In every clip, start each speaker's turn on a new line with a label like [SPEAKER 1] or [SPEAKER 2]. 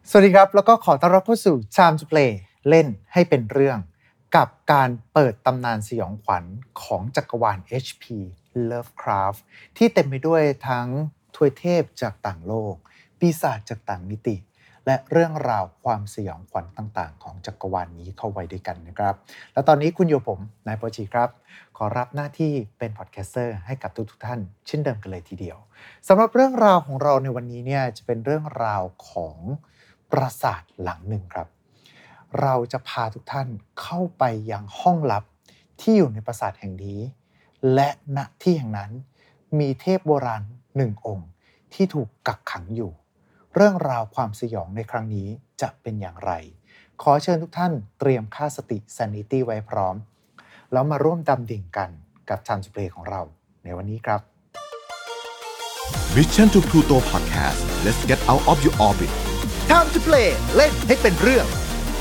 [SPEAKER 1] สวัสดีครับแล้วก็ขอต้อนรับเข้าสู่ Time to Play เล่นให้เป็นเรื่องกับการเปิดตำนานสยองขวัญของจักรวาล H.P. Lovecraft ที่เต็มไปด้วยทั้งทวยเทพจากต่างโลกปีศาจจากต่างมิติและเรื่องราวความสยองขวัญต่างๆของจักรวาลนี้เข้าไว้ด้วยกันนะครับและตอนนี้คุณโยผมนายโปรจีครับขอรับหน้าที่เป็นพอดแคสเตอร์ให้กับทุกท่านเช่นเดิมกันเลยทีเดียวสำหรับเรื่องราวของเราในวันนี้เนี่ยจะเป็นเรื่องราวของปราสาทหลังหนึ่งครับเราจะพาทุกท่านเข้าไปยังห้องลับที่อยู่ในปราสาทแห่งนี้และณที่แห่งนั้นมีเทพโบราณหนึ่งองค์ที่ถูกกักขังอยู่เรื่องราวความสยองในครั้งนี้จะเป็นอย่างไรขอเชิญทุกท่านเตรียมค่าสติ sanity ไว้พร้อมแล้วมาร่วมดำดิ่งกันกับ Time to Play ของเราในวันนี้ครับ
[SPEAKER 2] Mission to Pluto Podcast Let's get out of your orbit
[SPEAKER 1] Time to Play เล่นให้เป็นเรื่อง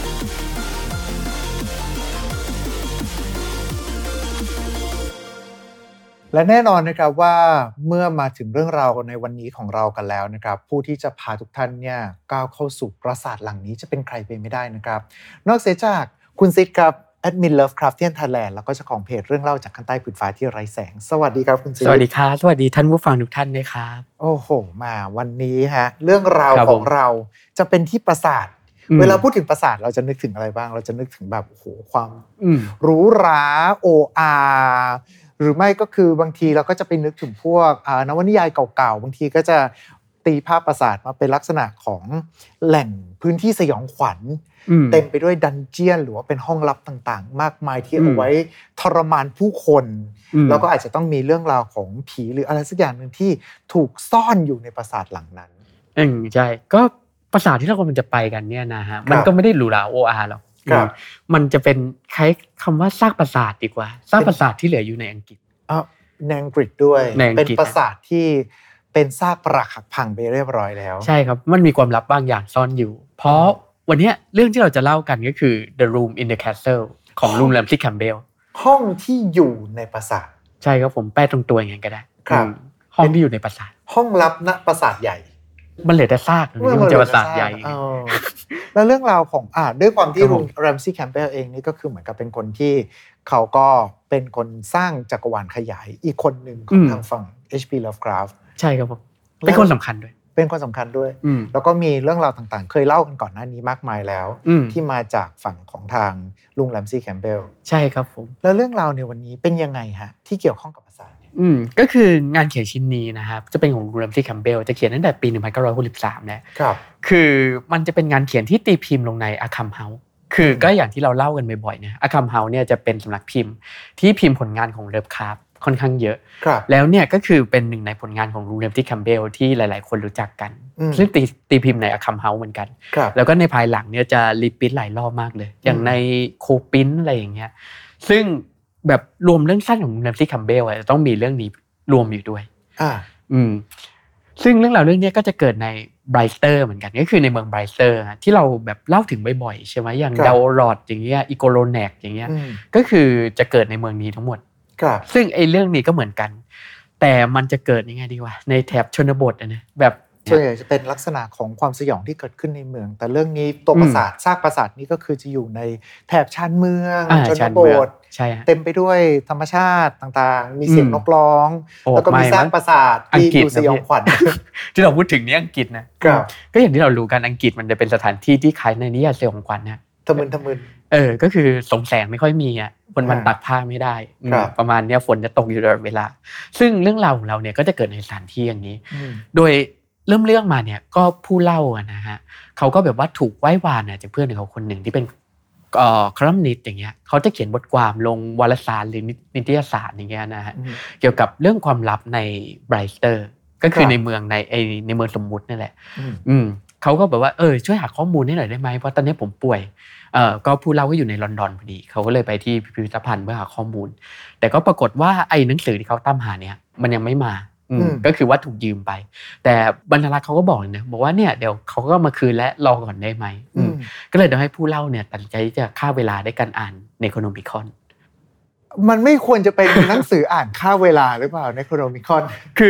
[SPEAKER 1] และแน่นอนนะครับว่าเมื่อมาถึงเรื่องราวในวันนี้ของเรากันแล้วนะครับผู้ที่จะพาทุกท่านเนี่ยก้าวเข้าสู่ปราสาทหลังนี้จะเป็นใครไปไม่ได้นะครับนอกเสียจากคุณซิดครับแอดมิน Lovecraftian Thailand แล้วก็เจ้าของเพจเรื่องเล่าจากข้างใต้ผืนฟ้าที่ไร้แสงสวัสดีครับคุณซิด
[SPEAKER 3] สวัสดีครับสวัสดีท่านผู้ฟังทุกท่านด้วยครับ
[SPEAKER 1] โอ้โหมาวันนี้ฮะเรื่องราวของเราจะเป็นที่ปราสาทเวลาพูดถึงปราสาทเราจะนึกถึงอะไรบ้างเราจะนึกถึงแบบโอ้โหความหรูหราโออาหรือไม่ก็คือบางทีเราก็จะไปนึกถึงพวกนวนิยายเก่าๆบางทีก็จะตีภาพปราสาทมาเป็นลักษณะของแหล่งพื้นที่สยองขวัญเต็มไปด้วยดันเจียนหรือว่าเป็นห้องลับต่างๆมากมายที่เอาไว้ทรมานผู้คนแล้วก็อาจจะต้องมีเรื่องราวของผีหรืออะไรสักอย่างนึงที่ถูกซ่อนอยู่ในปราสาทหลังนั้น
[SPEAKER 3] ใช่ก็ปราสาทที่เรากำลังจะไปกันเนี่ยนะฮะมันก็ไม่ได้หรูหราโออาหรอกมันจะเป็นคล้ายคำว่าซากปราสาทดีกว่าซากปราสาทที่เหลืออยู่ในอังกฤษ
[SPEAKER 1] ในอังกฤษด้วยเป็นปราสาทที่เป็นซากปรักหักพังไปเรียบร้อยแล้ว
[SPEAKER 3] ใช่ครับมันมีความลับบางอย่างซ่อนอยู่เพราะวันนี้เรื่องที่เราจะเล่ากันก็คือ The Room in the Castle ของลุงแรมซี่แคมเบล
[SPEAKER 1] ห้องที่อยู่ในปราสาท
[SPEAKER 3] ใช่ครับผมแปลตรงตัวอย่างนั้นก็ได้ครับห้องที่อยู่ในปราสาท
[SPEAKER 1] ห้องลับณปราสาทใหญ่
[SPEAKER 3] มันเหลือแต่ซากมันจะปราสาทใหญ่
[SPEAKER 1] แล้วเรื่องราวของด้วยความที่ลุงแรมซี่แคมเบลเองนี่ก็คือเหมือนกับเป็นคนที่เขาก็เป็นคนสร้างจักรวาลขยายอีกคนหนึ่งของทางฝั่ง H.P. Lovecraft
[SPEAKER 3] ใช่ครับผมเป็นคนสำคัญด้วย
[SPEAKER 1] แล้วก็มีเรื่องราวต่างๆเคยเล่ากันก่อนหน้านี้มากมายแล้วที่มาจากฝั่งของทางลุงแรมซี่แคมเบล
[SPEAKER 3] ใช่ครับผม
[SPEAKER 1] แล้วเรื่องราวในวันนี้เป็นยังไงฮะที่เกี่ยวข้องกับปราสาท
[SPEAKER 3] ก็คืองานเขียนชิ้นนี้นะครับจะเป็นของลุงแรมซี่แคมเบลจะเขียนตั้งแต่ปี1963นะครับคือมันจะเป็นงานเขียนที่ตีพิมพ์ลงใน Arkham House คือก็อย่างที่เราเล่ากันบ่อยๆนะ Arkham House เนี่ยจะเป็นสำนักพิมพ์ที่พิมพ์ผลงานของLovecraftค่อนข้างเยอะแล้วเนี่ยก็คือเป็นหนึ่งในผลงานของลุงแรมซี่แคมเบลที่หลายๆคนรู้จักกันซึ่งตีพิมพ์ใน Arkham House เหมือนกันแล้วก็ในภายหลังเนี่ยจะรีพิทหลายรอบมากเลยอย่างในโคปินอะไรอย่างเงี้ยซึ่งแบบรวมเรื่องสั้นของลุงแรมซี่แคมเบลจะต้องมีเรื่องนี้รวมอยู่ด้วยซึ่งเรื่องราวเรื่องนี้ก็จะเกิดในไบรสเตอร์เหมือนกันก็คือในเมืองไบรสเตอร์ที่เราแบบเล่าถึงบ่อยๆใช่ไหมอย่างดาวรอดอย่างเงี้ยอีโกโลแนกอย่างเงี้ยก็คือจะเกิดในเมืองนี้ทั้งหมดซึ่งไอ้เรื่องนี้ก็เหมือนกันแต่มันจะเกิดยังไงดีวะในแถบชนบทนะแบบ
[SPEAKER 1] ส่วนใหญ่จะเป็นลักษณะของความสยองที่เกิดขึ้นในเมืองแต่เรื่องนี้ตัวปราสาทซากปราสาทนี้ก็คือจะอยู่ในแถบชานเมืองชนบทเต็มไปด้วยธรรมชาติต่างๆมีเสียงนกร้องแล้วก็มีซากปราสาทที่ดูสยองขวัญ
[SPEAKER 3] ที่เราพูดถึงนี่อังกฤษนะก็อย่างที่เรารู้กันอังกฤษมันจะเป็นสถานที่ที่คล้ายในนิยายสยองขวัญนะ
[SPEAKER 1] ทะมึน
[SPEAKER 3] ก็คือสงแสงไม่ค่อยมีอ่ะวันตักผ้าไม่ได้ประมาณนี้ฝนจะตกอยู่ตลอดเวลาซึ่งเรื่องราวของเราเนี่ยก็จะเกิดในสถานที่อย่างนี้โดยเริ่มเรื่องมาเนี่ยก็ผู้เล่านะฮะเขาก็แบบว่าถูกไหว้วานจากเพื่อนของเขาคนหนึ่งที่เป็นคอลัมนิสต์อย่างเงี้ยเขาจะเขียนบทความลงวารสารหรือนิตยสารอย่างเงี้ยนะฮะเกี่ยวกับเรื่องความลับในไบรสเตอร์ก็คือในเมืองในเมืองสมมุตินั่นแหละเขาก็แบบว่าช่วยหาข้อมูลให้หน่อยได้ไหมเพราะตอนนี้ผมป่วยก็ผู้เล่าก็อยู่ในลอนดอนพอดีเขาก็เลยไปที่พิพิธภัณฑ์เพื่อหาข้อมูลแต่ก็ปรากฏว่าไอ้หนังสือที่เขาตามหาเนี่ยมันยังไม่มาก็คือว่าถูกยืมไปแต่บรรณารักษ์เขาก็บอกเลยนะบอกว่าเนี่ยเดี๋ยวเขาก็มาคืนและรอก่อนได้ไหมก็เลยทำให้ผู้เล่าเนี่ยตัดสินใจที่จะฆ่าเวลาด้วยการอ่านNecronomicon
[SPEAKER 1] มันไม่ควรจะเป็นหนังสืออ่านฆ่าเวลาหรือเปล่าNecronomicon
[SPEAKER 3] คือ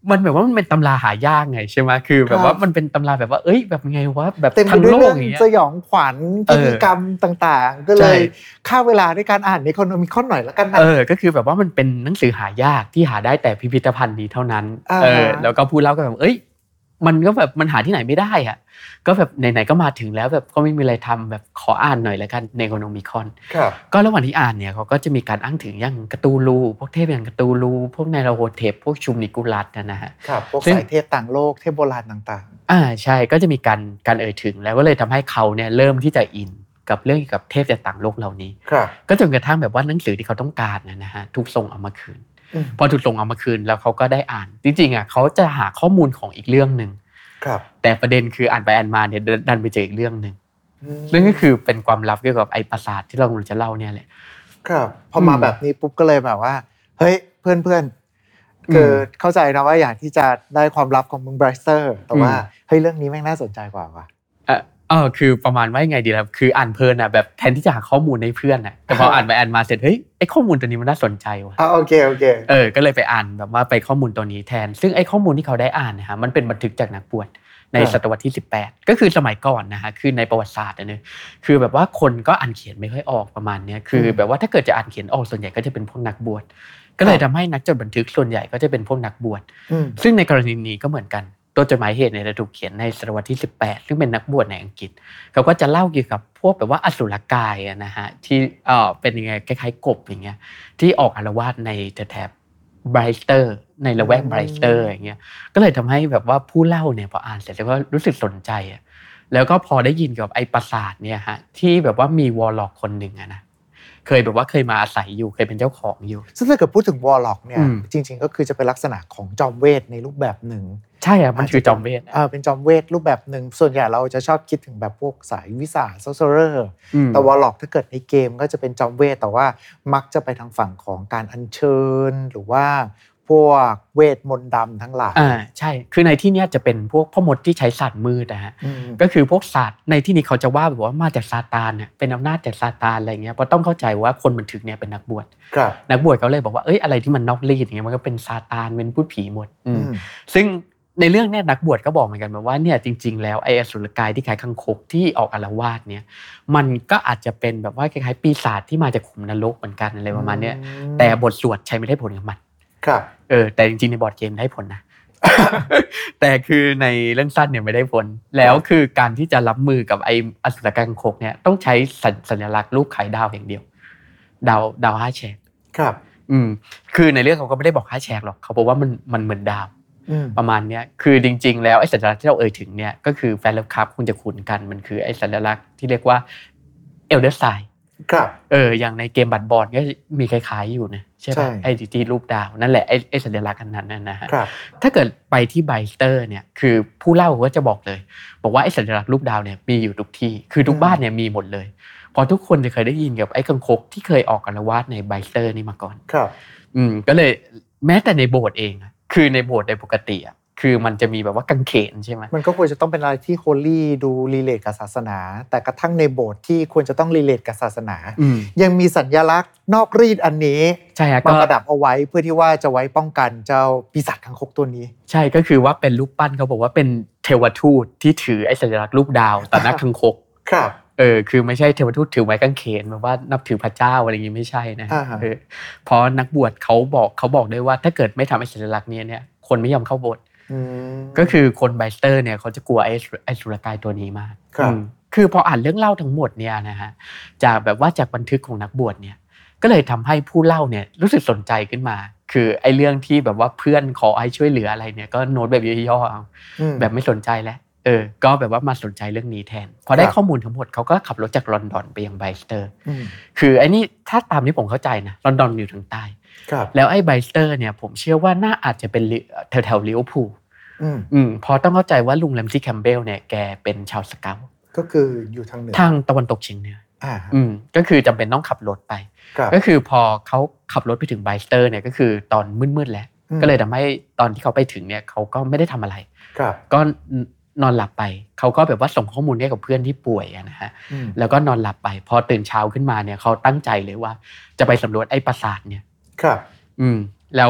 [SPEAKER 3] มันแบบว่ามันเป็นตำราหายากไงใช่ไหมคือแบบว่ามันเป็นตำราแบบว่าเอ้ยแบบไงวะแบบทั้งโลกอย่างเงี้ย
[SPEAKER 1] สยองขวัญพิธีกรรมต่างๆก็เลยฆ่าเวลาด้วยการอ่านNecronomiconหน่อยแล้วกันนะ
[SPEAKER 3] ก็คือแบบว่ามันเป็นหนังสือหายากที่หาได้แต่พิพิธภัณฑ์นี้เท่านั้นแล้วก็ผู้เล่าก็แบบเอ้ยมันก็แบบมันหาที่ไหนไม่ได้อ่ะก็แบบไหนๆก็มาถึงแล้วแบบก็ไม่มีอะไรทำแบบขออ่านหน่อยแล้วกันNecronomiconก็ระหว่างที่อ่านเนี่ยเขาก็จะมีการอ้างถึงอย่างกาตูลูพวกเทพอย่างกาตูลูพวกไนราโฮเทปพวกชุมนิกุลัสนะฮะ
[SPEAKER 1] พวกสายเทพต่างโลกเทพโบราณต่าง
[SPEAKER 3] ๆใช่ก็จะมีการเอ่ยถึงแล้วก็เลยทำให้เขาเนี่ยเริ่มที่จะอินกับเรื่องเกี่ยวกับเทพจากต่างโลกเหล่านี้ก็จนกระทั่งแบบว่าหนังสือที่เขาต้องการนะฮะทุกส่งเอามาคืนพอถูกส่งเอามาคืนแล้วเขาก็ได้อ่านจริงๆอ่ะเขาจะหาข้อมูลของอีกเรื่องนึงแต่ประเด็นคืออ่านไปอ่านมาเนี่ยดันไปเจออีกเรื่องนึงนั่นก็คือเป็นความลับเกี่ยวกับไอ้ปราสาทที่เราจะเล่าเนี่ยแหละ
[SPEAKER 1] ครับพอมาแบบนี้ปุ๊บก็เลยแบบว่าเฮ้ยเพื่อนๆคือเข้าใจนะว่าอยากที่จะได้ความลับของมึงไบรสเตอร์แต่ว่าเฮ้ยเรื่องนี้แม่งน่าสนใจกว่าว่ะ
[SPEAKER 3] คือประมาณว่ายังไงดีล่ะคืออ่านเพลินอ่ะแบบแทนที่จะหาข้อมูลให้เพื่อนอ่ะแต่พออ่านไปอ่านมาเสร็จเฮ้ยไอ้ข้อมูลตัวนี้มันน่าสนใจว่ะ
[SPEAKER 1] โอเค
[SPEAKER 3] ก็เลยไปอ่านแบบว่าไปข้อมูลตัวนี้แทนซึ่งไอ้ข้อมูลที่เขาได้อ่านนะฮะมันเป็นบันทึกจากนักบวชในศตวรรษที่18ก็คือสมัยก่อนนะฮะคือในประวัติศาสตร์เนี่ยคือแบบว่าคนก็อ่านเขียนไม่ค่อยออกประมาณเนี้ยคือแบบว่าถ้าเกิดจะอ่านเขียนออกส่วนใหญ่ก็จะเป็นพวกนักบวชก็เลยทำให้นักจดบันทึกส่วนใหญ่ก็จะเป็นพวกนักบวชซึ่งในกรณีนี้ก็เหมือนกันตัวจดหมายเหตุเนี่ยจะถูกเขียนในศตวรรษที่18ซึ่งเป็นนักบวชในอังกฤษเขาก็จะเล่าเกี่ยวกับพวกแบบว่าอสุรกายนะฮะที่เป็นยังไงคล้ายๆกบอย่างเงี้ยที่ออกอาละวาดในแถบไบรสเตอร์ในละแวกไบรสเตอร์อย่างเงี้ยก็เลยทำให้แบบว่าผู้เล่าเนี่ยพออ่านเสร็จแล้วก็รู้สึกสนใจแล้วก็พอได้ยินกับไอ้ปราสาทเนี่ยฮะที่แบบว่ามีวอร์ล็อกคนหนึ่งนะเคยแบบว่าเคยมาอาศัยอยู่เคยเป็นเจ้าของอยู่
[SPEAKER 1] ซึ่งถ้าเกิดพูดถึงวอร์ล็อกเนี่ยจริงๆก็คือจะเป็นลักษณะของจอมเวทในรูปแบบหนึ่ง
[SPEAKER 3] ใช่อ่ะมันคือจอมเวท
[SPEAKER 1] เป็นจอมเวทรูปแบบหนึ่งส่วนใหญ่เราจะชอบคิดถึงแบบพวกสายวิสาโซโซเรอร์แต่วอร์ล็อกถ้าเกิดในเกมก็จะเป็นจอมเวทแต่ว่ามักจะไปทางฝั่งของการอัญเชิญหรือว่าพวกเวทมนต์ดำทั้งหลาย
[SPEAKER 3] ใช่คือในที่นี้จะเป็นพวกพ่อมดที่ใช้ศาสตร์มืดนะฮะก็คือพวกศาสตร์ในที่นี้เขาจะว่าแบบว่ามาจากซาตานเนี่ยเป็นอำนาจจากซาตานอะไรเงี้ยเพราะต้องเข้าใจว่าคนบันทึกเนี่ยเป็นนักบวชนักบวชเขาเลยบอกว่าเอ้ยอะไรที่มันนอกรีดอย่างเงี้ยมันก็เป็นซาตานเป็นพูดผีหมดซึ่งในเรื่องเนี่ยนักบวชก็บอกเหมือนกันว่าเนี่ยจริงๆแล้วไอ้อสุรกายที่คล้ายคังคกที่ออกอาละวาดเนี่ยมันก็อาจจะเป็นแบบว่าคล้ายๆปีศาจที่มาจากขุมนรกเหมือนกันอะไรประมาณนี้แต่บทสวดใช้ไม่ได้ผลกับมันแต่จริงๆในบอร์ดเกมได้ผลนะ แต่คือในเรื่องสั้นเนี่ยไม่ได้ผลแล้วคือการที่จะรับมือกับไอ้อสุรกายคังคกเนี่ยต้องใช้สัญลักษณ์รูปไข่ดาวอย่างเดียวดาว5แฉก
[SPEAKER 1] ครับ
[SPEAKER 3] คือในเรื่องเขาก็ไม่ได้บอก5แฉกหรอกเขาบอกว่ามันเหมือนดาวประมาณนี้คือจริงๆแล้วไอ้สัญลักษณ์ที่เราเอ่ยถึงเนี่ยก็คือแฟนเลิฟคัพคงจะคุ้นกันมันคือไอ้สัญลักษณ์ที่เรียกว่าเอลเดอร์ไซน์
[SPEAKER 1] ครับ
[SPEAKER 3] อย่างในเกมบัตรบอลก็มีคล้ายๆอยู่นะใช่ป่ะไอ้ที่รูปดาวนั่นแหละไอ้สัญลักษณ์อันนั้นนะฮะถ้าเกิดไปที่ไบสเตอร์เนี่ยคือผู้เล่าก็จะบอกเลยบอกว่าไอ้สัญลักษณ์รูปดาวเนี่ยมีอยู่ทุกที่คือทุกบ้านเนี่ยมีหมดเลยพอทุกคนจะเคยได้ยินกับไอ้คังคกที่เคยออกอาละวาดในไบสเตอร์นี่มาก่อน
[SPEAKER 1] ครับ
[SPEAKER 3] ก็เลยแม้แต่ในโบสถ์เองคือในโบสถ์ในปกติคือมันจะมีแบบว่ากางเขนใช่ไหม
[SPEAKER 1] มันก็ควรจะต้องเป็นอะไรที่โฮลี่ดูรีเลทกับศาสนาแต่กระทั่งในโบสถ์ที่ควรจะต้องรีเลทกับศาสนายังมีสัญลักษณ์นอกรีดอันนี้
[SPEAKER 3] ใช่
[SPEAKER 1] มาประดับเอาไว้เพื่อที่ว่าจะไว้ป้องกันเจ้าปีศาจคังคกตัวนี้
[SPEAKER 3] ใช่ก็คือว่าเป็นรูปปั้นเขาบอกว่าเป็นเทวทูตที่ถือไอ้สัญลักษณ์รูปดาวต่อหน้าคังคก
[SPEAKER 1] ครับ
[SPEAKER 3] คือไม่ใช่เทวทูตถือไม้กางเขนแบบว่านับถือพระเจ้าอะไรอย่างงี้ไม่ใช่นะเพราะนักบวชเขาบอกด้วยว่าถ้าเกิดไม่ทำไอ้สัญลักษณ์นี้เนี่ยคนไม่ยอมเข้าโบสถ์ก็คือคนไบสเตอร์เนี่ยเขาจะกลัวไอ้สุรกายตัวนี้มากคือพออ่านเรื่องเล่าทั้งหมดเนี่ยนะฮะจากแบบว่าจากบันทึกของนักบวชเนี่ยก็เลยทำให้ผู้เล่าเนี่ยรู้สึกสนใจขึ้นมาคือไอ้เรื่องที่แบบว่าเพื่อนขอให้ช่วยเหลืออะไรเนี่ยก็โน้ตแบบย่อๆเอาแบบไม่สนใจแล้วก็แบบว่ามาสนใจเรื่องนี้แทนพอได้ข้อมูลทั้งหมดเขาก็ขับรถจากลอนดอนไปยังไบสเตอร์คือไอ้นี่ถ้าตามที่ผมเข้าใจนะลอนดอนอยู่ทางใต้แล้วไอ้ไบสเตอร์เนี่ยผมเชื่อว่าน่าอาจจะเป็นแถวลิเวอร์พูลพอต้องเข้าใจว่าลุงแรมซี่แคมเบลเนี่ยแกเป็นชาวสเกาต์
[SPEAKER 1] ก็คืออยู่ทางเหนือ
[SPEAKER 3] ทางตะวันตกเฉียงเหนือก็คือจำเป็นต้องขับรถไปก็คือพอเขาขับรถไปถึงไบสเตอร์เนี่ยก็คือตอนมืดๆแล้วก็เลยทำให้ตอนที่เขาไปถึงเนี่ยเขาก็ไม่ได้ทำอะไรก็นอนหลับไปเขาก็แบบว่าส่งข้อมูลให้กับเพื่อนที่ป่วยนะฮะแล้วก็นอนหลับไปพอตื่นเช้าขึ้นมาเนี่ยเขาตั้งใจเลยว่าจะไปสำรวจไอ้ปราสาทเนี่ย
[SPEAKER 1] ครับ
[SPEAKER 3] แล้ว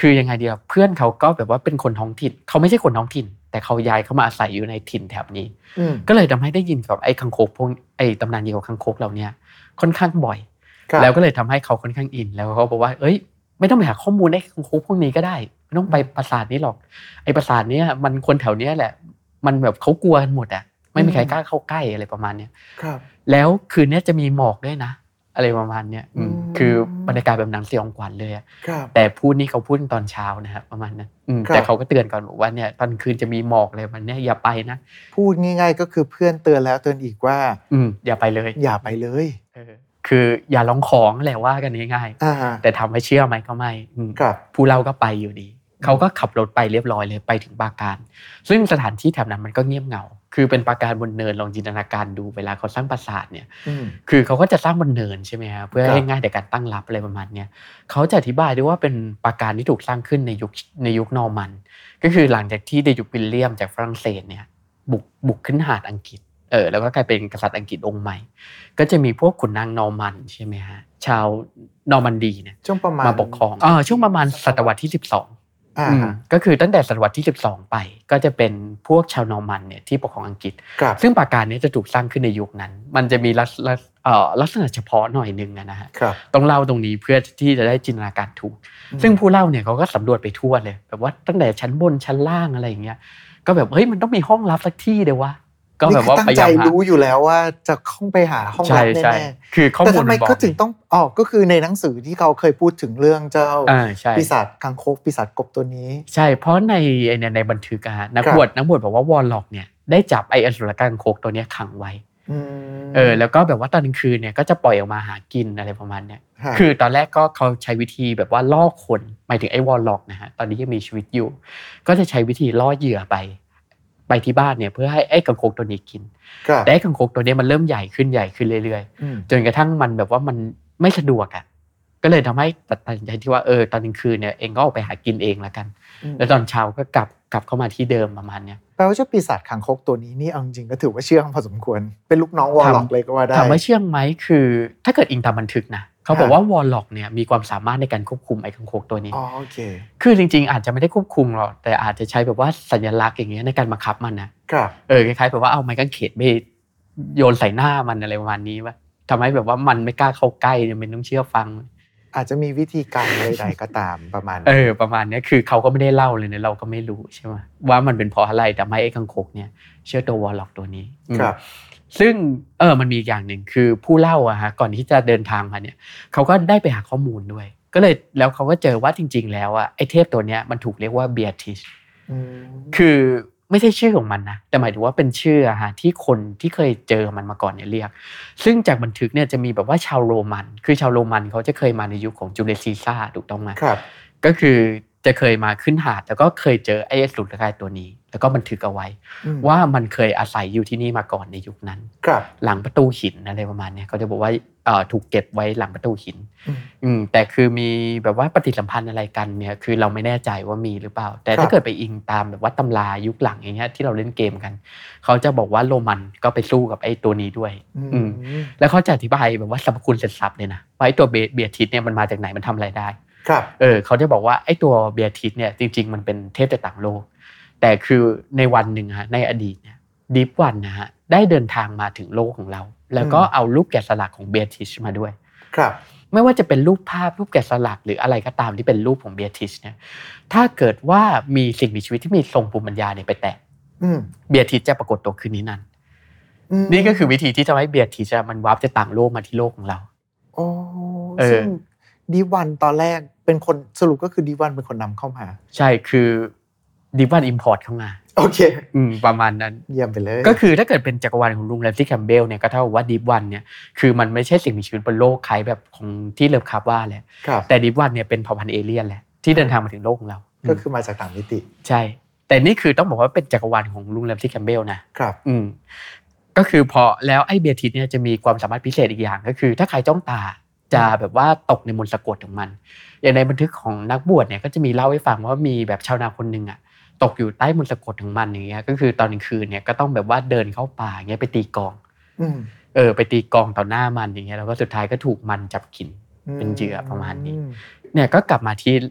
[SPEAKER 3] คือยังไงเดียวเพื่อนเขาก็แบบว่าเป็นคนท้องถิ่นเขาไม่ใช่คนท้องถิ่นแต่เขาย้ายเข้ามาอาศัยอยู่ในถิ่นแถบนี้ก็เลยทำให้ได้ยินกับไอ้คังคกพวกไอ้ตำนานเกี่ยวกับคังคกเหล่านี้ค่อนข้างบ่อยแล้วก็เลยทำให้เขาค่อนข้างอินแล้วเขาบอกว่าเอ้ยไม่ต้องไปหาข้อมูลไอ้คังคกพวกนี้ก็ได้ไม่ต้องไปปราสาทนี้หรอกไอ้ปราสาทนี้มันคนแถวนี้แหละมันแบบเขากลัวกันหมดอ่ะไม่มีใครกล้าเข้าใกล้อะไรประมาณเนี้ยแล้วคืนนี้จะมีหมอกด้วยนะอะไรประมาณเนี้ยคือบรรยากาศแบบหนังสยองขวัญเลยแต่พูดนี่เขาพูดตอนเช้านะครับประมาณนั้นแต่เขาก็เตือนก่อนบอกว่าเนี่ยตอนคืนจะมีหมอกเลยมันเนี่ยอย่าไปนะ
[SPEAKER 1] พูดง่ายๆก็คือเพื่อนเตือนแล้วเตือนอีกว่า
[SPEAKER 3] อย่าไปเลย
[SPEAKER 1] อย่าไปเลย
[SPEAKER 3] คืออย่าลองของแหละว่ากันง่ายๆแต่ทำให้เชื่อไหมก็ไม่ผู้เล่าก็ไปอยู่ดีเขาก็ขับรถไปเรียบร้อยเลยไปถึงปราการซึ่งสถานที่แถบนั้นมันก็เงียบเหงาคือเป็นปราการบนเนินลองจินตนาการดูเวลาเขาสร้างปราสาทเนี่ยคือเขาก็จะสร้างบนเนินใช่ไหมครับเพื่อให้ง่ายในการตั้งรับอะไรประมาณนี้เขาจะอธิบายด้วยว่าเป็นปราการที่ถูกสร้างขึ้นในยุคนอร์มันก็คือหลังจากที่ในยุควิลเลียมจากฝรั่งเศสเนี่ยบุกขึ้นหาดอังกฤษแล้วก็กลายเป็นกษัตริย์อังกฤษองค์ใหม่ก็จะมีพวกขุนนางนอร์มันใช่ไหมฮะชาวนอร์มันดีเนี่ย
[SPEAKER 1] ช่วงประมาณ
[SPEAKER 3] มาปกครองช่วงประมาณศตวรรษที่12ก็คือตั้งแต่ศตวรรษที่12ไปก็จะเป็นพวกชาวนอร์มันเนี่ยที่ปกครองอังกฤษซึ่งปราการนี้จะถูกสร้างขึ้นในยุคนั้นมันจะมีลักษณะเฉพาะหน่อยนึงนะฮะต้องเล่าตรงนี้เพื่อที่จะได้จินตนาการถูกซึ่งผู้เล่าเนี่ยเขาก็สำรวจไปทั่วเลยแบบว่าตั้งแต่ชั้นบนชั้นล่างอะไรอย่างเงี้ยก็แบบเฮ้ยมันต้องมีห้องลับสักที่เดี๋ยววะก็แบบว่า
[SPEAKER 1] ตั้งใจรู้อยู่แล้วว่าจะเข้าไปหาห้องลับแน่
[SPEAKER 3] ๆคือข้อมูล
[SPEAKER 1] แต่ทำไมเขาถึงต้องก็คือในหนังสือที่เขาเคยพูดถึงเรื่องเจ้าปีศาจคังคกปีศาจกบตัวนี้
[SPEAKER 3] ใช่เพราะในบันทึกนักบวชบอกว่าวอร์ล็อกเนี่ยได้จับไอ้อสุรกายคังคกตัวนี้ขังไว้แล้วก็แบบว่าตอนกลางคืนเนี่ยก็จะปล่อยออกมาหากินอะไรประมาณเนี้ยคือตอนแรกก็เขาใช้วิธีแบบว่าล่อคนหมายถึงไอ้วอร์ล็อกนะฮะตอนนี้ยังมีชีวิตอยู่ก็จะใช้วิธีล่อเหยื่อไปที่บ้านเนี่ยเพื่อให้ไอ้คังคกตัวนี้กินแต่ไอ้คังคกตัวนี้มันเริ่มใหญ่ขึ้นเรื่อยๆจนกระทั่งมันแบบว่ามันไม่สะดวกก็เลยทำให้ตัดสินใจที่ว่าตอนกลางคืนเนี่ยเองก็ออกไปหากินเองแล้วกันแล้วตอนเช้าก็กลับเข้ามาที่เดิมประมาณเนี้ย
[SPEAKER 1] แปลว่าเจ้าปีศาจคังคกตัวนี้นี่เอาจริงก็ถือว่าเชื่องพอสมควรเป็นลูกน้องวอร์ล็อกเลยก็ว่าได้
[SPEAKER 3] ถามว่าเชื่องไหมคือถ้าเกิดอิงตามบันทึกนะเขาบอกว่าวอร์ล็อกเนี่ยมีความสามารถในการควบคุมไอ้คังคกตัวนี้
[SPEAKER 1] โอเค
[SPEAKER 3] คือจริงๆอาจจะไม่ได้ควบคุมหรอกแต่อาจจะใช้แบบว่าสัญลักษณ์อย่างเงี้ยในการบังคับมันนะครับคล้ายๆแบบว่าเอาไม้กางเขนไปโยนใส่หน้ามันอะไรประมาณนี้ว่าทำให้แบบว่ามันไม่กล้าเข้าใกล้มันต้องเชื่อฟัง
[SPEAKER 1] อาจจะมีวิธีการใดๆก็ตามประมาณ
[SPEAKER 3] ประมาณนี้คือเขาก็ไม่ได้เล่าเลยเนี่ยเราก็ไม่รู้ใช่ไหมว่ามันเป็นเพราะอะไรแต่ไม่ไอ้คังคกเนี่ยเชื่อตัววอร์ล็อกตัวนี้
[SPEAKER 1] ครับ
[SPEAKER 3] ซึ่งมันมีอย่างหนึ่งคือผู้เล่าก่อนที่จะเดินทางมาเนี่ยเขาก็ได้ไปหาข้อมูลด้วยก็เลยแล้วเขาก็เจอว่าจริงๆแล้วไอ้เทพตัวเนี้ยมันถูกเรียกว่าเบียทิชคือไม่ใช่ชื่อของมันนะแต่หมายถึงว่าเป็นชื่อที่คนที่เคยเจอมันมาก่อนเนี่ยเรียกซึ่งจากบันทึกเนี่ยจะมีแบบว่าชาวโรมันคือชาวโรมันเขาจะเคยมาในยุคของจูเลียสซีซ่าถูกต้องไหม
[SPEAKER 1] ครับ
[SPEAKER 3] ก็คือจะเคยมาขึ้นหาดแล้วก็เคยเจอไอ้อสุรกายตัวนี้แล้วก็บันทึกเอาไว้ว่ามันเคยอาศัยอยู่ที่นี่มาก่อนในยุคนั้นหลังประตูหินอะไรประมาณนี้เขาจะบอกว่าถูกเก็บไว้หลังประตูหินแต่คือมีแบบว่าปฏิสัมพันธ์อะไรกันเนี่ยคือเราไม่แน่ใจว่ามีหรือเปล่าแต่ถ้าเกิดไปอิงตามแบบว่าตำรายุคหลังอย่างเงี้ยที่เราเล่นเกมกันเขาจะบอกว่าโรมันก็ไปสู้กับไอ้ตัวนี้ด้วยแล้วเขาจะอธิบายแบบว่าสรรพคุณเสร็จสับเลยนะว่าไอ้ตัวเบียทิสเนี่ยมันมาจากไหนมันทำอะไรได้เขาจะบอกว่าไอ้ตัวเบียทิสเนี่ยจริงๆมันเป็นเทพจากต่างโลกแต่คือในวันหนึ่งในอดีตเนี่ยดิฟวันนะฮะได้เดินทางมาถึงโลกของเราแล้วก็เอารูปแกะสลักของเบียทิชมาด้วย
[SPEAKER 1] ครับ
[SPEAKER 3] ไม่ว่าจะเป็นรูปภาพรูปแกะสลักหรืออะไรก็ตามที่เป็นรูปของเบียทิชเนี่ยถ้าเกิดว่ามีสิ่งมีชีวิตที่มีทรงภูมิปัญญาเนี่ยไปแตะเบียทิชจะปรากฏตัวขึ้นนี้นั่นนี่ก็คือวิธีที่จะให้เบียทิชมันวาร์ปจากต่างโลกมาที่โลกของเรา
[SPEAKER 1] ซึ่งดิวันตอนแรกเป็นคนสรุปก็คือดิวันเป็นคนนำเข้ามา
[SPEAKER 3] ใช่คือดิวันอิมพอร์ตเข้ามา
[SPEAKER 1] โอเค
[SPEAKER 3] ประมาณนั้น
[SPEAKER 1] เยี่ยมไปเลย
[SPEAKER 3] ก็คือถ้าเกิดเป็นจักรวาลของลุงแรมซี่แคมเบลเนี่ยก็เท่ากับว่าดีฟวันเนี่ยคือมันไม่ใช่สิ่งมีชีวิตบนโลกคล้ายแบบของที่เลิฟคาร์ว่าแหละแต่ดีฟวันเนี่ยเป็นเผ่าพันธุ์เอเลี่ยนแหละที่เดินทางมาถึงโลกของเรา
[SPEAKER 1] ก็คือมาจากต่างมิติ
[SPEAKER 3] ใช่แต่นี่คือต้องบอกว่าเป็นจักรวาลของลุงแรมซี่แคมเบล
[SPEAKER 1] นะครับ
[SPEAKER 3] ก็คือพอแล้วไอ้เบียทิสเนี่ยจะมีความสามารถพิเศษอีกอย่างก็คือถ้าใครจ้องตาจะแบบว่าตกในมนต์สะกดของมันอย่างในบันทึกของนักบวชเนี่ยก็จะมีเล่าให้ฟังว่ามีแบบชาวนาคนนึงตกอยู่ใต้มนต์สะกดของมันอย่างเงี้ยก็คือตอนกลางคืนเนี่ยก็ต้องแบบว่าเดินเข้าป่าอย่างเงี้ยไปตีกลองไปตีกลองต่อหน้ามันอย่างเงี้ยแล้วก็สุดท้ายก็ถูกมันจับกินเป็นเหยื่อประมาณนี้เนี่ยก็กลับมาที่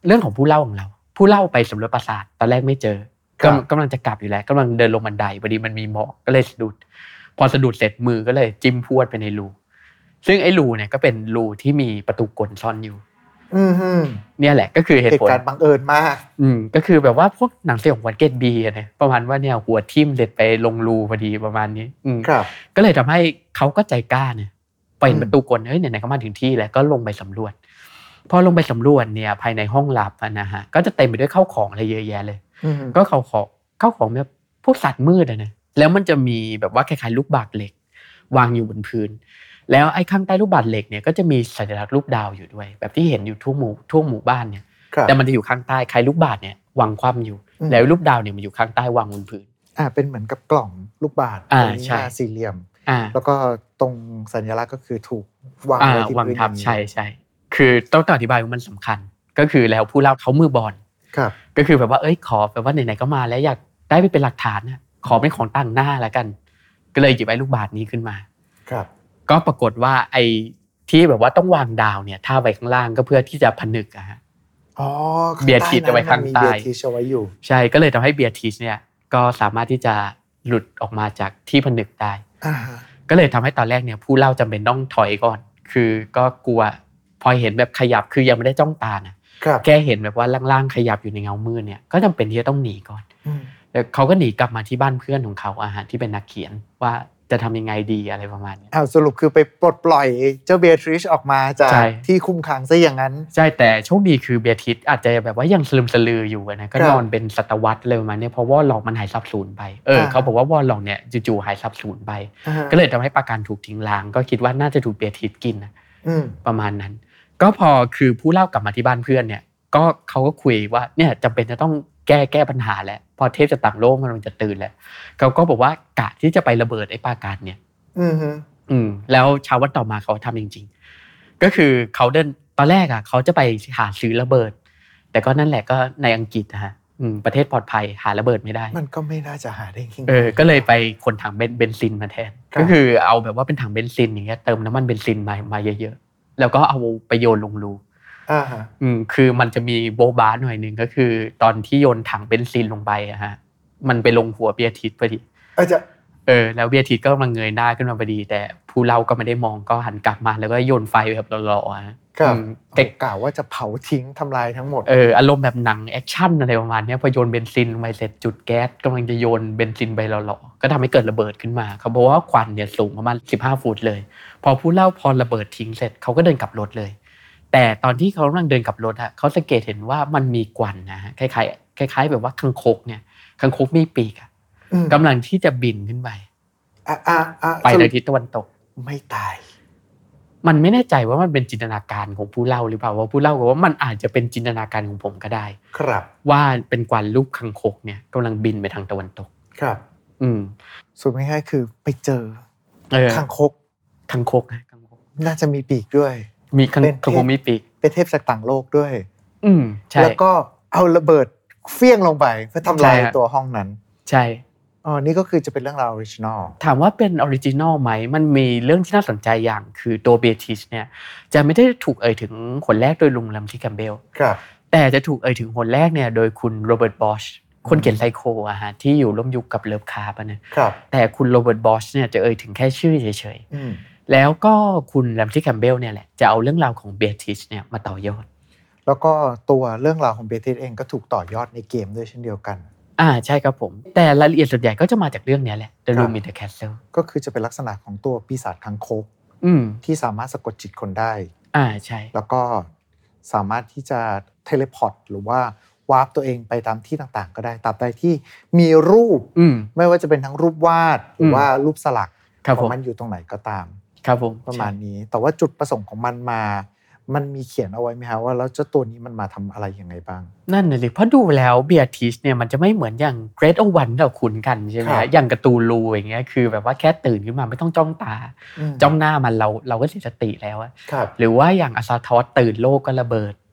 [SPEAKER 3] เรื่องของผู้เล่าของเราผู้เล่าไปสำรวจปราสาทตอนแรกไม่เจอกำลังจะกลับอยู่แล้วกำลังเดินลงบันไดพอดีมันมีหมอกก็เลยสะดุดพอสะดุดเสร็จมือก็เลยจิ้มพรวดไปในรูซึ่งไอ้รูเนี่ยก็เป็นรูที่มีประตูกลซ่อนอยู่เนี่ยแหละก็คือเหตุผล
[SPEAKER 1] การบังเอิญมาก
[SPEAKER 3] ก็คือแบบว่าพวกหนังสยองขวัญเกรด B นะประมาณว่าเนี่ยหัวทิ่มเสร็จไปลงรูพอดีประมาณนี้ก็เลยทำให้เขาก็ใจกล้าเนี่ยไปเห็นประตูกลเฮ้ยไหนๆก็มาถึงที่แล้วก็ลงไปสำรวจพอลงไปสำรวจเนี่ยภายในห้องลับนะฮะก็จะเต็มไปด้วยข้าวของอะไรเยอะแยะเลยก็ข้าวของแบบพวกสัตว์มืดนะแล้วมันจะมีแบบว่าคล้ายๆลูกบาศก์เหล็กวางอยู่บนพื้นแล้วไอ้ข้างใต้ลูกบาศก์เหล็กเนี่ยก็จะมีสัญลักษณ์รูปดาวอยู่ด้วยแบบที่เห็นอยู่ทั่วหมู่บ้านเนี่ยแต่มันจะอยู่ข้างใต้คล้ายลูกบาศก์เนี่ยวางคว่ำอยู่แล้วรูปดาวเนี่ยมันอยู่ข้างใต้วางบนพื้น
[SPEAKER 1] เป็นเหมือนกับกล่องลูกบาศก์
[SPEAKER 3] ใช่
[SPEAKER 1] สี่เหลี่ยมแล้วก็ตรงสัญลักษณ์ก็คือถูกวางไว้ที่พื้น
[SPEAKER 3] ใช่คือต้องอธิบายว่ามันสำคัญก็คือแล้วผู้เล่าเขามือบอลก็คือแบบว่าขอแบบว่าไหนๆก็มาแล้วอยากได้ไปเป็นหลักฐานนะขอเป็นของตั้งหน้าแล้วกันก็เลยหยิบไอ้ลูกบาศก์นี้ขึ้นมาก็ปรากฏว่าไอ้ที่แบบว่าต้องวางดาวเนี่ยท่าไว้ข้างล่างก็เพื่อที่จะผนึกอะฮะเบียร์ทิชเอาไว้ข้างใต้ใช่ก็เลยทำให้เบียร์ทิชเนี่ยก็สามารถที่จะหลุดออกมาจากที่ผนึกได้ก็เลยทำให้ตอนแรกเนี่ยผู้เล่าจำเป็นต้องถอยก่อนคือก็กลัวพอเห็นแบบขยับคือยังไม่ได้จ้องตานะแค่เห็นแบบว่าล่างๆขยับอยู่ในเงามืดเนี่ยก็จำเป็นที่จะต้องหนีก่อนแล้วเขาก็หนีกลับมาที่บ้านเพื่อนของเขาที่เป็นนักเขียนว่าจะทำยังไงดีอะไรประมาณนี้
[SPEAKER 1] สรุปคือไปปลดปล่อยเจ้าเบียทริชออกมาจากที่คุมขังซะอย่างนั้น
[SPEAKER 3] ใช่แต่โชคดีคือเบียทริชอาจจะแบบว่ายังสลึมสลืออยู่นะก็นอนเป็นศตวรรษเลยประมาณนี้เพราะว่าหลอกมันหายสับสูญไปเขาบอกว่าวอลล็อกเนี่ยจู่ๆหายสับสูญไปก็เลยทำให้ปราการถูกทิ้งล้างก็คิดว่าน่าจะถูกเบียทริชกินประมาณนั้นก็พอคือผู้เล่ากลับมาที่บ้านเพื่อนเนี่ยก็เขาก็คุยว่าเนี่ยจำเป็นจะต้องแก้ปัญหาแล้วพอเทพจะต่างโลกมันจะตื่นแล้วเขาก็บอกว่ากะที่จะไประเบิดไอ้ปราการเนี่ยแล้วเช้าวันต่อมาเขาทำจริงๆก็คือเขาเดินตอนแรกเขาจะไปหาซื้อระเบิดแต่ก็นั่นแหละก็ในอังกฤษนะฮะประเทศปลอดภัยหาระเบิดไม่ได้
[SPEAKER 1] มันก็ไม่น่าจะหาได้จริง
[SPEAKER 3] ก็เลยไปขนถังเบนซินมาแทนก็คือเอาแบบว่าเป็นถังเบนซินอย่างเงี้ยเติมน้ำมันเบนซินมาเยอะๆแล้วก็เอาไปโยนลงรูคือมันจะมีโบบาหน่อยนึงก็คือตอนที่โยนถังเบนซินลงไปมันไปลงหัวเบียร์ทิชพอดีแล้วเบียร์ทิชก็กำลังเงยหน้าขึ้นมาพอดีแต่ผู้เล่าก็ไม่ได้มองก็หันกลับมาแล้วก็โยนไฟแบบหล่อ
[SPEAKER 1] กล่าวว่าจะเผาทิ้งทำลายทั้งหมด
[SPEAKER 3] อารมณ์แบบหนังแอคชั่นอะไรประมาณนี้พอโยนเบนซินลงไปเสร็จจุดแก๊สกำลังจะโยนเบนซินไปหล่อก็ทำให้เกิดระเบิดขึ้นมาเขาบอกว่าควันเนี่ยสูงประมาณ15 ฟุตเลยพอผู้เล่าพอระเบิดทิ้งเสร็จเขาก็เดินกลับรถเลยแต่ตอนที่เขากำลังเดินกลับรถเขาสังเกตเห็นว่ามันมีควันนะฮะคล้ายแบบว่าคังคกเนี่ยคังคกมีปีกกำลังที่จะบินขึ้นไปไปในทิศตะวันตก
[SPEAKER 1] ไม่ตาย
[SPEAKER 3] มันไม่แน่ใจว่ามันเป็นจินตนาการของผู้เล่าหรือเปล่าว่าผู้เล่าบอกว่ามันอาจจะเป็นจินตนาการของผมก็ได้
[SPEAKER 1] ครับ
[SPEAKER 3] ว่าเป็นกวางลูกคังคกเนี่ยกำลังบินไปทางตะวันตก
[SPEAKER 1] ครับสุดง่ายๆคือไปเจอคังคกน่าจะมีปีกด้วย
[SPEAKER 3] มีคังคกมีปีก
[SPEAKER 1] เป็นเทพจากต่างโลกด้วย
[SPEAKER 3] ใช่
[SPEAKER 1] แล้วก็เอาระเบิดเฟี้ยงลงไปเพื่อทำลายตัวห้องนั้น
[SPEAKER 3] ใช่
[SPEAKER 1] นี่ก็คือจะเป็นเรื่องราวออริจินอล
[SPEAKER 3] ถามว่าเป็นออริจินอลไหมมันมีเรื่องที่น่าสนใจอย่างคือตัวเบทิชเนี่ยจะไม่ได้ถูกเอ่ยถึงคนแรกโดยลุงลัมซี่แคมเบลแต่จะถูกเอ่ยถึงคนแรกเนี่ยโดยคุณโรเบิร์ตบอชคนเขียนไซโคที่อยู่ร่วมยุคกับเลิฟคาร์ปนะแต่คุณโรเบิร์ตบอชเนี่ยจะเอ่ยถึงแค่ชื่อเฉยๆแล้วก็คุณลัมซี่แคมเบลเนี่ยแหละจะเอาเรื่องราวของเบทิชเนี่ยมาต่อยอด
[SPEAKER 1] แล้วก็ตัวเรื่องราวของเบทิชเองก็ถูกต่อยอดในเกมด้วยเช่นเดียวกัน
[SPEAKER 3] ใช่ครับผมแต่รายละเอียดส่วนใหญ่ก็จะมาจากเรื่องนี้แหละ The Room in the Castle
[SPEAKER 1] ก็คือจะเป็นลักษณะของตัวปีศาจคังคกที่สามารถสะกดจิตคนได้
[SPEAKER 3] ใช่
[SPEAKER 1] แล้วก็สามารถที่จะเทเลพอร์ตหรือว่าวาร์ปตัวเองไปตามที่ต่างๆก็ได้ตราบใดที่มีรูปไม่ว่าจะเป็นทั้งรูปวาดหรือว่ารูปสลักของมันอยู่ตรงไหนก็ตาม
[SPEAKER 3] ครับผม
[SPEAKER 1] ประมาณนี้แต่ว่าจุดประสงค์ของมันมีเขียนเอาไว้ไหมครับว่าแล้วเจ้าตัวนี้มันมาทำอะไรยังไงบ้าง
[SPEAKER 3] นั่นน่ะสิเพราะดูแล้วเบียทิชเนี่ยมันจะไม่เหมือนอย่าง Great Old One ที่เราคุ้นกันใช่ไหมอย่างการ์ตูนรูอย่างเงี้ยคือแบบว่าแค่ตื่นขึ้นมาไม่ต้องจ้องตาจ้องหน้ามันเราก็เสียสติแล้วหรือว่าอย่างอาซาทอสตื่นโลกก็ระเบิด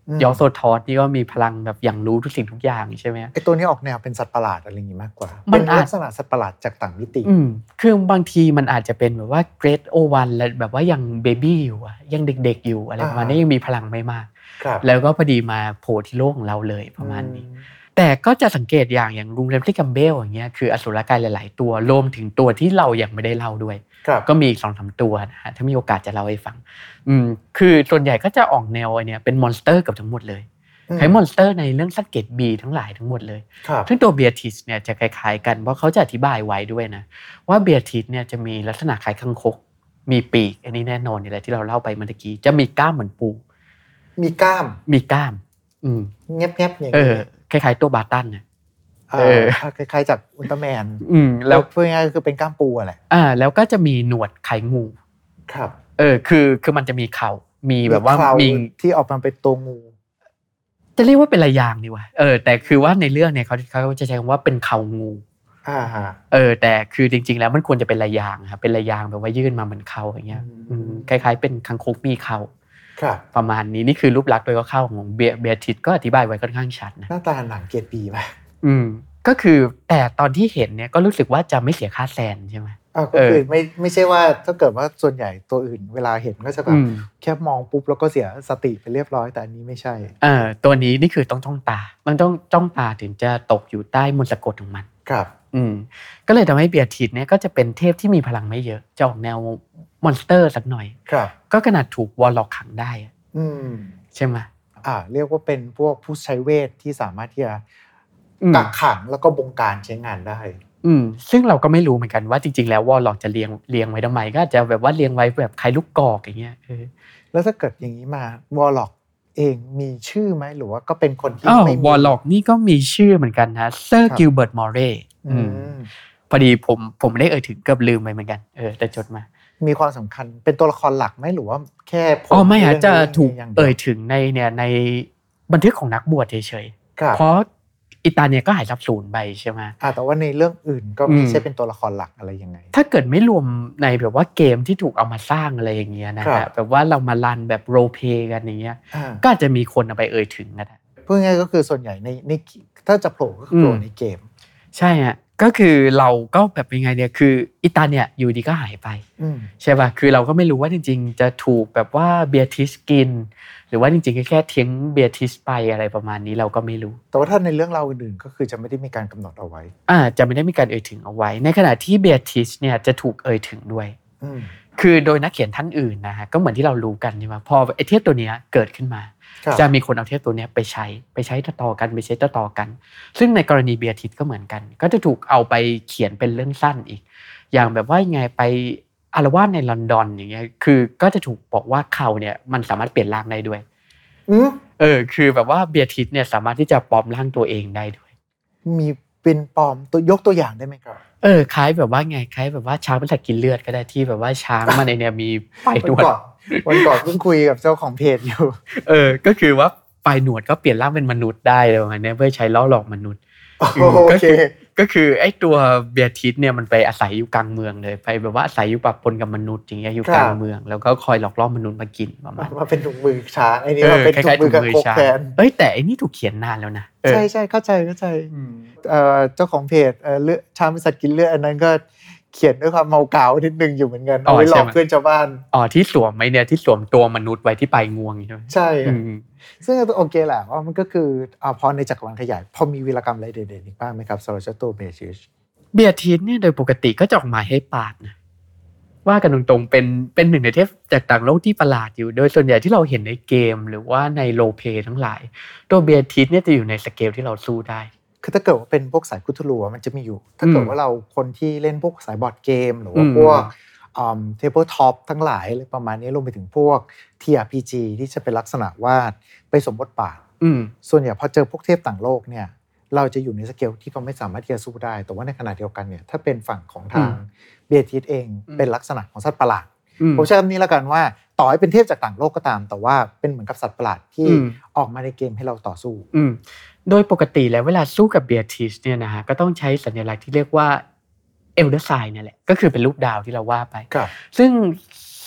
[SPEAKER 3] ยอโซทอสนี่ก็มีพลังแบบอย่างรู้ทุกสิ่งทุกอย่างใช่ไหม
[SPEAKER 1] ไอตัวนี้ออกแนวเป็นสัตว์ประหลาดอะไรอย่างงี้มากกว่าเป็นลักษณะสัตว์ประหลาดจากต่างมิติ
[SPEAKER 3] คือบางทีมันอาจจะเป็นแบบว่าเกรดโอวันและแบบว่ายังเบบี้อยู่ยังเด็กๆอยู่อะไรประมาณนี้ยังมีพลังไม่มากแล้วก็พอดีมาโผล่ที่โลกของเราเลยประมาณนี้แต่ก็จะสังเกตอย่างลุงเรมซี่กัมเบลอย่างเงี้ยคืออสุรกายหลายๆตัวรวมถึงตัวที่เรายังไม่ได้เล่าด้วยก็มีอีก 2-3 ตัวนะฮะถ้ามีโอกาสจะเล่าให้ฟังคือส่วนใหญ่ก็จะออกแนวเนี่ยเป็นมอนสเตอร์กับทั้งหมดเลยคล้ายมอนสเตอร์ในเรื่องสังเกตบีทั้งหลายทั้งหมดเลยซึ่งตัวเบียทิสเนี่ยจะคล้ายๆกันเพราะเขาจะอธิบายไว้ด้วยนะว่าเบียทิสเนี่ยจะมีลักษณะคล้ายคังคกมีปีกอันนี้แน่นอนนี่แหละที่เราเล่าไปเมื่อกี้จะมีกล้ามเหมือนปู
[SPEAKER 1] มีกล้ามแงบๆอย่างนี้
[SPEAKER 3] คล้ายๆตัวบาตันนะ
[SPEAKER 1] คล้ายๆจากอุลตร้าแมน
[SPEAKER 3] แล้ว
[SPEAKER 1] พูดง่ายๆคือเป็นกล้ามปูอะไร
[SPEAKER 3] แล้วก็จะมีหนวดไข่งู
[SPEAKER 1] ครับ
[SPEAKER 3] คือมันจะมีเขามีแบบว่ามี
[SPEAKER 1] ที่ออกมาเป็นตัวงู
[SPEAKER 3] จะเรียกว่าเป็นระยางดีกว่าแต่คือว่าในเรื่องเนี่ยเขาจะใช้คำว่าเป็นเขางูแต่คือจริงๆแล้วมันควรจะเป็นระยางครับเป็นระยางแบบว่ายื่นมาเหมือนเขาอย่างเงี้ยคล้ายๆเป็นคังคกมีเขาประมาณนี้นี่คือรูปลักษณ์โดยคร่าวๆของเบียทิสก็อธิบายไว้ค่อนข้างชัดนะ
[SPEAKER 1] หน้าตาหนังเกรดบีป่ะ
[SPEAKER 3] ก็คือแต่ตอนที่เห็นเนี่ยก็รู้สึกว่าจะไม่เสียค่าแซนใช่ไหม
[SPEAKER 1] ก็คือไม่ใช่ว่าถ้าเกิดว่าส่วนใหญ่ตัวอื่นเวลาเห็นก็จะแบบแค่มองปุ๊บแล้วก็เสียสติไปเรียบร้อยแต่อันนี้ไม่ใช่
[SPEAKER 3] ตัวนี้นี่คือต้องจ้องตามันต้องจ้องตาถึงจะตกอยู่ใต้มนต์สะกดของมัน
[SPEAKER 1] ครับ
[SPEAKER 3] ก็เลยทำให้เบียทิสเนี่ยก็จะเป็นเทพที่มีพลังไม่เยอะจะออกแนวมอนสเตอร์สักหน่อยก็ขนาดถูกวอลล็อกขังได้ใช่ไหม
[SPEAKER 1] เรียกว่าเป็นพวกผู้ใช้เวทที่สามารถที่จะกักขังแล้วก็บงการใช้งานได้
[SPEAKER 3] ซึ่งเราก็ไม่รู้เหมือนกันว่าจริงๆแล้ววอลล็อกจะเรียงไว้ทำไมก็อาจจะแบบว่าเรียงไว้แบบคล้ายลูกกอกอย่างเงี้ย
[SPEAKER 1] แล้วถ้าเกิดอย่างนี้มาวอลล็อกเองมีชื่อไหมหรือว่าก็เป็นคนที่ไม่มี
[SPEAKER 3] วอลล็อกนี่ก็มีชื่อเหมือนกันนะเซอร์กิลเบิร์ตมอร์เรย์พอดีผมได้ถึงเกือบลืมไปเหมือนกันแต่จดมา
[SPEAKER 1] มีความสำคัญเป็นตัวละครหลักไหมหรือว่าแค่
[SPEAKER 3] ไม่ฮะจะถูกถึงในบันทึกของนักบวชเฉยๆเพราะอิตาเนี่ยก็หายสับสูญไปใช่ไหม
[SPEAKER 1] แต่ว่าในเรื่องอื่นก็ไม่ใช่เป็นตัวละครหลักอะไรยังไง
[SPEAKER 3] ถ้าเกิดไม่รวมในแบบว่าเกมที่ถูกเอามาสร้างอะไรอย่างเงี้ยนะฮะแบบว่าเรามารันแบบโรลเพลย์กันอย่างเงี้ยก็อาจจะมีคนเอาไปถึงนะ
[SPEAKER 1] พูดง่ายก็คือส่วนใหญ่ในถ้าจะโผล่ก็โผล่ในเกม
[SPEAKER 3] ใช่ฮะก็คือเราก็แบบยังไงเนี่ยคืออิตาเนี่ยอยู่ดีก็หายไปใช่ป่ะคือเราก็ไม่รู้ว่าจริงๆจะถูกแบบว่าเบียทิสกินหรือว่าจริงๆแค่ทิ้งเบียทิสไปอะไรประมาณนี้เราก็ไม่รู้
[SPEAKER 1] แต่ว่าถ้าในเรื่องเราอื่นๆก็คือจะไม่ได้มีการกำหนดเอาไว้
[SPEAKER 3] จะไม่ได้มีการถึงเอาไว้ในขณะที่เบียทิสเนี่ยจะถูกถึงด้วยคือโดยนักเขียนท่านอื่นนะฮะก็เหมือนที่เรารู้กันใช่ไหมพอไอเทพตัวนี้เกิดขึ้นมาจะมีคนเอาเทพตัวนี้ไปใช้ต่อๆกันซึ่งในกรณีเบียทิสก็เหมือนกันก็จะถูกเอาไปเขียนเป็นเรื่องสั้นอีกอย่างแบบว่ายังไงไปอารวาสในลอนดอนอย่างเงี้ยคือก็จะถูกบอกว่าเขาเนี่ยมันสามารถเปลี่ยนร่างได้ด้วยคือแบบว่าเบียทิสเนี่ยสามารถที่จะปลอมร่างตัวเองได้ด้วย
[SPEAKER 1] มีเป็นปลอมตัวยกตัวอย่างได้ไหมครับ
[SPEAKER 3] คล้ายแบบว่าไงคล้ายแบบว่าช้างเป็นสัตว์กินเลือดก็ได้ที่แบบว่าช้างมันเนี่ยมีปลายหนวด
[SPEAKER 1] วันก่อนเพิ่งคุยกับเจ้าของเพจอยู่
[SPEAKER 3] ก็คือว่าปลายหนวดก็เปลี่ยนร่างเป็นมนุษย์ได้เลยว่าเนี่ยเพื่อใช้ล่อหลอกมนุษย์ก็คือไอ้ตัวเบียทิสเนี่ยมันไปอาศัยอยู่กลางเมืองเลยไปแบบว่าอาศัยอยู่ปะปนกับมนุษย์อย่างเงี้ยอยู่กลางเมืองแล้วก็คอยหลอกล่อมนุษย์มากินประมาณ
[SPEAKER 1] มาเป็นถุงมือช้างไอ้นี่มาเป็นถุงมือกระโปงแทน
[SPEAKER 3] แต่ไอ้นี่ถูกเขียนนานแล้วนะ
[SPEAKER 1] ใช่เข้าใจเจ้าของเพจช้างเป็นสัตว์กินเลือดอันนั้นก็เขียนด้วยความเมากาวนิดนึงอยู่เหมือนกันเอาไว้หลอกเพื่อนชาวบ้าน
[SPEAKER 3] ที่สวมไหมเนี่ยที่สวมตัวมนุษย์ไว้ที่ปลายงวงใช่ไหม
[SPEAKER 1] ใช่ซึ่งโอเคแหละว่ามันก็คือพอในจักรวาลขยายพอมีวีรกรรมอะไรเด่นๆอีกบ้างไหมครับสำหรับเจ้าตัวเบียทิ
[SPEAKER 3] สเนี่ยโดยปกติก็จะออกมาให้ปาดนะว่ากันตรงๆเป็นหนึ่งในเทพจากต่างโลกที่ประหลาดอยู่โดยส่วนใหญ่ที่เราเห็นในเกมหรือว่าในโรลเพลย์ทั้งหลายตัวเบียทิสเนี่ยจะอยู่ในสเกลที่เราสู้ได้
[SPEAKER 1] คือถ้าเกิดว่าเป็นพวกสายคุทูลูมันจะมีอยู่ถ้าเกิดว่าเราคนที่เล่นพวกสายบอร์ดเกมหรือว่าพวกเทเบิลท็อปทั้งหลายอะไรประมาณนี้รวมไปถึงพวก TRPG ที่จะเป็นลักษณะวาดไปสมบทบาทส่วนใหญ่พอเจอพวกเทพต่างโลกเนี่ยเราจะอยู่ในสเกลที่เขาไม่สามารถที่จะสู้ได้แต่ว่าในขณะเดียวกันเนี่ยถ้าเป็นฝั่งของทางเบียทิสเองเป็นลักษณะของสัตว์ประหลาดผมใช้คำนี้แล้วกันว่าต่อให้เป็นเทพจากต่างโลกก็ตามแต่ว่าเป็นเหมือนกับสัตว์ประหลาดที่ออกมาในเกมให้เราต่อสู้
[SPEAKER 3] โดยปกติแล้วเวลาสู้กับเบียทิสเนี่ยนะฮะก็ต้องใช้สัญลักษณ์ที่เรียกว่าเอลเดอร์ไซน์นี่แหละก็คือเป็นรูปดาวที่เราว่าไปซึ่ง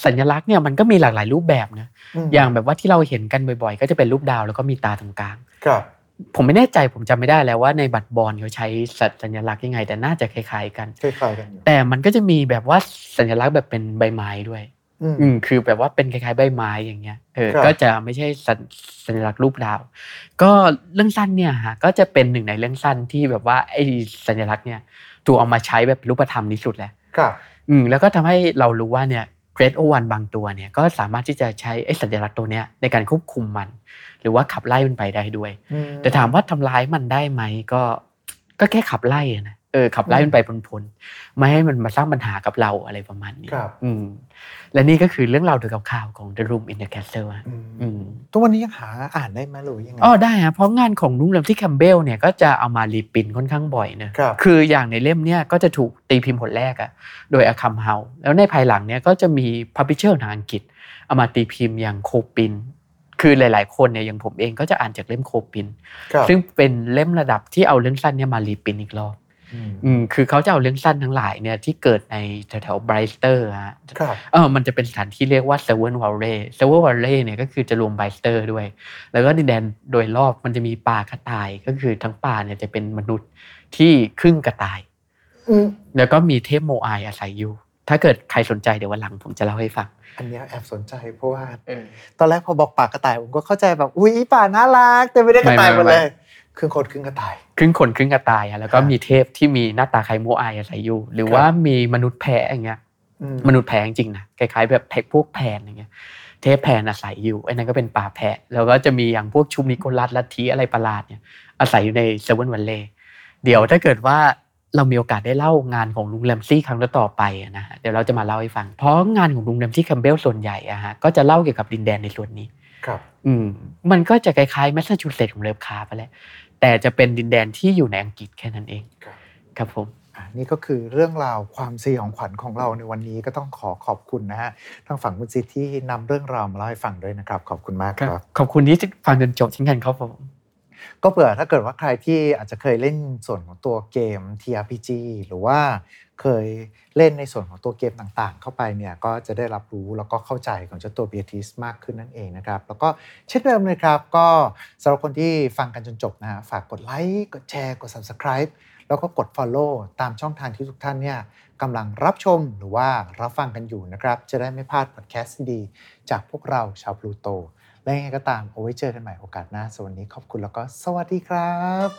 [SPEAKER 3] สัญลักษณ์เนี่ยมันก็มีหลากหลายรูปแบบนะอย่างแบบว่าที่เราเห็นกันบ่อยๆก็จะเป็นรูปดาวแล้วก็มีตาตรงกลาง
[SPEAKER 1] ครับ
[SPEAKER 3] ผมไม่แน่ใจผมจำไม่ได้แล้วว่าในบัตรบอลเขาใช้สัญลักษณ์ยังไงแต่น่าจะคล้ายๆกันแต่มันก็จะมีแบบว่าสัญลักษณ์แบบเป็นใบไม้ด้วยคือแบบว่าเป็นคล้ายๆใบไม้อย่างเงี้ยก็จะไม่ใช่สัญลักษณ์รูปดาวก็เรื่องสั้นเนี่ยฮะก็จะเป็นหนึ่งในเรื่องสั้นที่แบบว่าไอ้สัญลักษณ์เนี่ยถูกเอามาใช้แบบรูปธรรมที่สุดแหละ
[SPEAKER 1] ครับ
[SPEAKER 3] แล้วก็ทำให้เรารู้ว่าเนี่ยเกรดO1บางตัวเนี่ยก็สามารถที่จะใช้ไอ้สัญลักษณ์ตัวเนี้ยในการควบคุมมันหรือว่าขับไล่มันไปได้ด้วยแต่ถามว่าทำร้ายมันได้ไหมก็แค่ขับไล่นะขับไล่มันไปพ้นๆไม่ให้มันมาสร้างปัญหากับเราอะไรประมาณนี้และนี่ก็คือเรื่องราวโดยคร่าวๆของ The Room in the Castle
[SPEAKER 1] ทุกวันนี้ยังหาอ่านได้ไหมหรือยังไง
[SPEAKER 3] ได้ฮะเพราะงานของลุงเลมที่แคมเบลเนี่ยก็จะเอามารีพิมพ์ค่อนข้างบ่อยนะคืออย่างในเล่มเนี่ยก็จะถูกตีพิมพ์ผลแรกโดยอาคัมเฮาแล้วในภายหลังเนี่ยก็จะมีพับลิเชอร์ทางอังกฤษเอามาตีพิมพ์อย่างโคปินคือหลายๆคนเนี่ยอย่างผมเองก็จะอ่านจากเล่มโคปินซึ่งเป็นเล่มระดับที่เอาเรื่องสั้นเนี่ยมารีพิมพ์อีกรอบคือเขาจะเอาเรื่องสั้นทั้งหลายเนี่ยที่เกิดในแถวๆไบรสเตอร์ฮะมันจะเป็นสถานที่เรียกว่าเซเวอร์วัลเลย์เนี่ยก็คือจะรวมไบรสเตอร์ด้วยแล้วก็ดินแดนโดยรอบมันจะมีป่ากระต่ายก็คือทั้งป่าเนี่ยจะเป็นมนุษย์ที่ครึ่งกระต่ายแล้วก็มีเทพโมอายอาศัยอยู่ถ้าเกิดใครสนใจเดี๋ยววันหลังผมจะเล่าให้ฟัง
[SPEAKER 1] อันนี้แอบสนใจเพราะว่าตอนแรกพอบอกป่ากระต่ายผมก็เข้าใจแบบอุ๊ยป่าน่ารักแต่ไม่ได้กระต่ายหมดเลยครึ่งคนครึ่งกระต่าย
[SPEAKER 3] ครึ่งคนครึ่งกระต่ายแล้วก็มีเทพที่มีหน้าตาคล้ายโมอายอาศัยอยู่หรือว่ามีมนุษย์แพะอย่างเงี้ยมนุษย์แพะจริงๆนะคล้ายๆแบบพวกแพนอย่างเงี้ยเทพแพนอาศัยอยู่ไอ้นั่นก็เป็นป่าแพะแล้วก็จะมีอย่างพวกชุมนิโคลัสลัทธิอะไรประหลาดเนี่ยอาศัยอยู่ในเซเว่นวัลเลย์เดี๋ยวถ้าเกิดว่าเรามีโอกาสได้เล่างานของลุงแรมซี่ครั้งต่อไปนะฮะเดี๋ยวเราจะมาเล่าให้ฟังเพราะงานของลุงแรมซี่แคมเบลส่วนใหญ่ฮะก็จะเล่าเกี่ยวกับดินแดนในส่วนนี้
[SPEAKER 1] ครับ
[SPEAKER 3] มันก็จะคล้ายๆแมสซาชูเซตส์ของเลิฟคราฟต์ไปแล้วแต่จะเป็นดินแดนที่อยู่ในอังกฤษแค่นั้นเองครับผม
[SPEAKER 1] นี่ก็คือเรื่องราวความสยองขวัญของเราในวันนี้ก็ต้องขอบคุณนะฮะทางฝั่งคุณซิทที่นำเรื่องราวมาเล่าให้ฟังด้วยนะครับขอบคุณมากครับ
[SPEAKER 3] ขอบคุณที่ฟังจนจบเช่นกันครับผม
[SPEAKER 1] ก็เผื่อถ้าเกิดว่าใครที่อาจจะเคยเล่นส่วนของตัวเกม TRPG หรือว่าเคยเล่นในส่วนของตัวเกมต่างๆเข้าไปเนี่ยก็จะได้รับรู้แล้วก็เข้าใจของเจ้าตัว Beatrice มากขึ้นนั่นเองนะครับแล้วก็เช่นเดิมเลยครับก็สำหรับคนที่ฟังกันจนจบนะฮะฝากกดไลค์กดแชร์กด Subscribe แล้วก็กด Follow ตามช่องทางที่ทุกท่านเนี่ยกำลังรับชมหรือว่ารับฟังกันอยู่นะครับจะได้ไม่พลาดพอดแคสต์ดีๆจากพวกเราชาวพลูโตและยังไงก็ตามเอาไว้เจอกันใหม่โอกาสหน้าสวัสดีขอบคุณแล้วก็สวัสดีครับ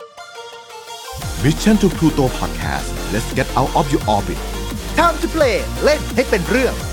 [SPEAKER 2] Mission to Pluto Podcast Let's get out of your orbit
[SPEAKER 1] Time to play เล่นให้เป็นเรื่อง